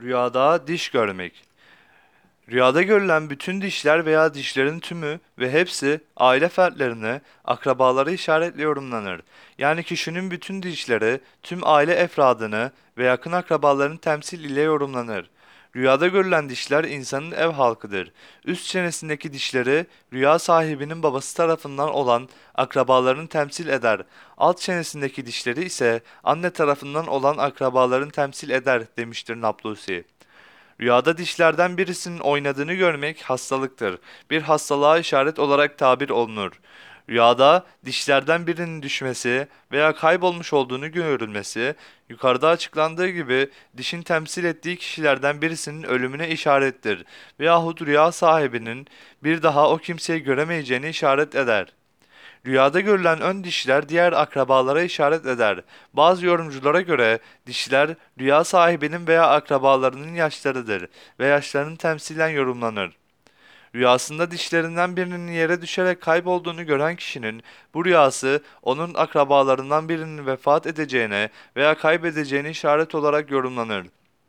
Rüyada diş görmek. Rüyada görülen bütün dişler veya dişlerin tümü ve hepsi aile fertlerine, akrabaları işaretle yorumlanır. Yani kişinin bütün dişleri tüm aile efradını ve yakın akrabalarını temsil ile yorumlanır. Rüyada görülen dişler insanın ev halkıdır. Üst çenesindeki dişleri rüya sahibinin babası tarafından olan akrabalarını temsil eder. Alt çenesindeki dişleri ise anne tarafından olan akrabalarını temsil eder demiştir Naplusi. Rüyada dişlerden birisinin oynadığını görmek hastalıktır. Bir hastalığa işaret olarak tabir olunur. Rüyada dişlerden birinin düşmesi veya kaybolmuş olduğunu görülmesi, yukarıda açıklandığı gibi dişin temsil ettiği kişilerden birisinin ölümüne işarettir veyahut rüya sahibinin bir daha o kimseyi göremeyeceğini işaret eder. Rüyada görülen ön dişler diğer akrabalara işaret eder. Bazı yorumculara göre dişler rüya sahibinin veya akrabalarının yaşlarıdır ve yaşlarının temsilen yorumlanır. Rüyasında dişlerinden birinin yere düşerek kaybolduğunu gören kişinin bu rüyası onun akrabalarından birinin vefat edeceğine veya kaybedeceğine işaret olarak yorumlanır.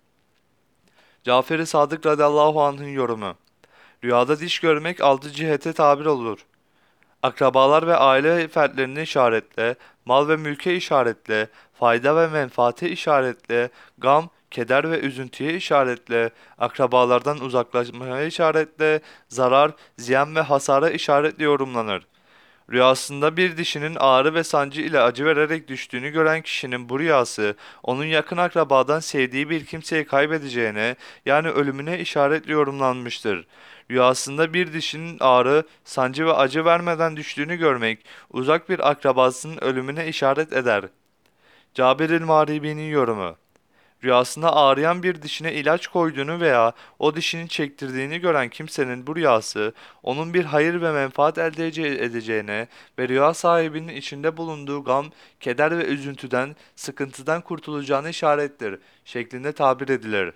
Cafer-i Sadık radıyallahu anh'ın yorumu. Rüyada diş görmek altı cihete tabir olur. Akrabalar ve aile fertlerini işaretle, mal ve mülke işaretle, fayda ve menfaate işaretle, gam, keder ve üzüntüye işaretle, akrabalardan uzaklaşmaya işaretle, zarar, ziyan ve hasara işaretle yorumlanır. Rüyasında bir dişinin ağrı ve sancı ile acı vererek düştüğünü gören kişinin bu rüyası, onun yakın akrabadan sevdiği bir kimseyi kaybedeceğine, yani ölümüne işaretle yorumlanmıştır. Rüyasında bir dişinin ağrı, sancı ve acı vermeden düştüğünü görmek, uzak bir akrabasının ölümüne işaret eder. Cabir-i yorumu. Rüyasında ağrıyan bir dişine ilaç koyduğunu veya o dişini çektirdiğini gören kimsenin bu rüyası, onun bir hayır ve menfaat elde edeceğine ve rüya sahibinin içinde bulunduğu gam, keder ve üzüntüden, sıkıntıdan kurtulacağını işarettir şeklinde tabir edilir.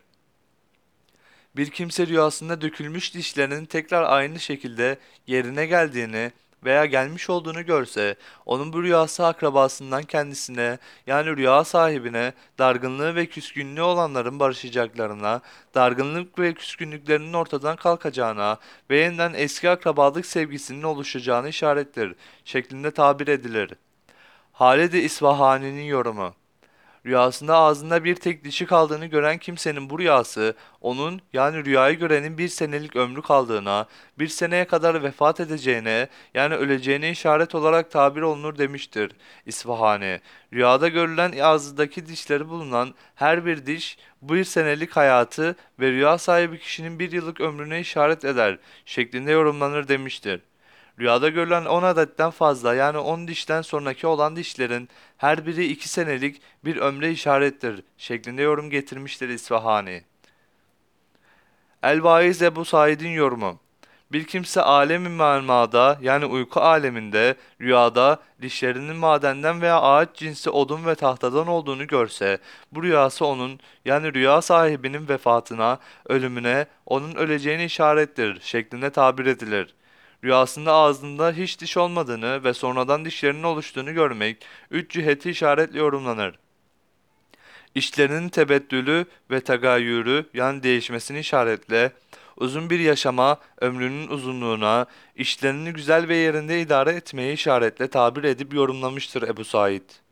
Bir kimse rüyasında dökülmüş dişlerinin tekrar aynı şekilde yerine geldiğini veya gelmiş olduğunu görse, onun bu rüyası akrabasından kendisine, yani rüya sahibine, dargınlığı ve küskünlüğü olanların barışacaklarına, dargınlık ve küskünlüklerinin ortadan kalkacağına ve yeniden eski akrabalık sevgisinin oluşacağını işarettir şeklinde tabir edilir. Halid-i İsfahani'nin yorumu. Rüyasında ağzında bir tek dişi kaldığını gören kimsenin bu rüyası, onun yani rüyayı görenin bir senelik ömrü kaldığına, bir seneye kadar vefat edeceğine, yani öleceğine işaret olarak tabir olunur demiştir İsfahani. Rüyada görülen ağzındaki dişleri bulunan her bir diş, bir senelik hayatı ve rüya sahibi kişinin bir yıllık ömrüne işaret eder şeklinde yorumlanır demiştir. Rüyada görülen 10 adetten fazla, yani 10 dişten sonraki olan dişlerin her biri 2 senelik bir ömre işarettir şeklinde yorum getirmiştir İsfahani. El-Vaiz Ebu Said'in yorumu. Bir kimse alemi manada, yani uyku aleminde rüyada dişlerinin madenden veya ağaç cinsi odun ve tahtadan olduğunu görse, bu rüyası onun, yani rüya sahibinin vefatına, ölümüne, onun öleceğini işarettir şeklinde tabir edilir. Rüyasında ağzında hiç diş olmadığını ve sonradan dişlerinin oluştuğunu görmek, üç ciheti işaretle yorumlanır. İşlerinin tebeddülü ve tagayyürü, yani değişmesini işaretle, uzun bir yaşama, ömrünün uzunluğuna, işlerini güzel ve yerinde idare etmeye işaretle tabir edip yorumlamıştır Ebu Said.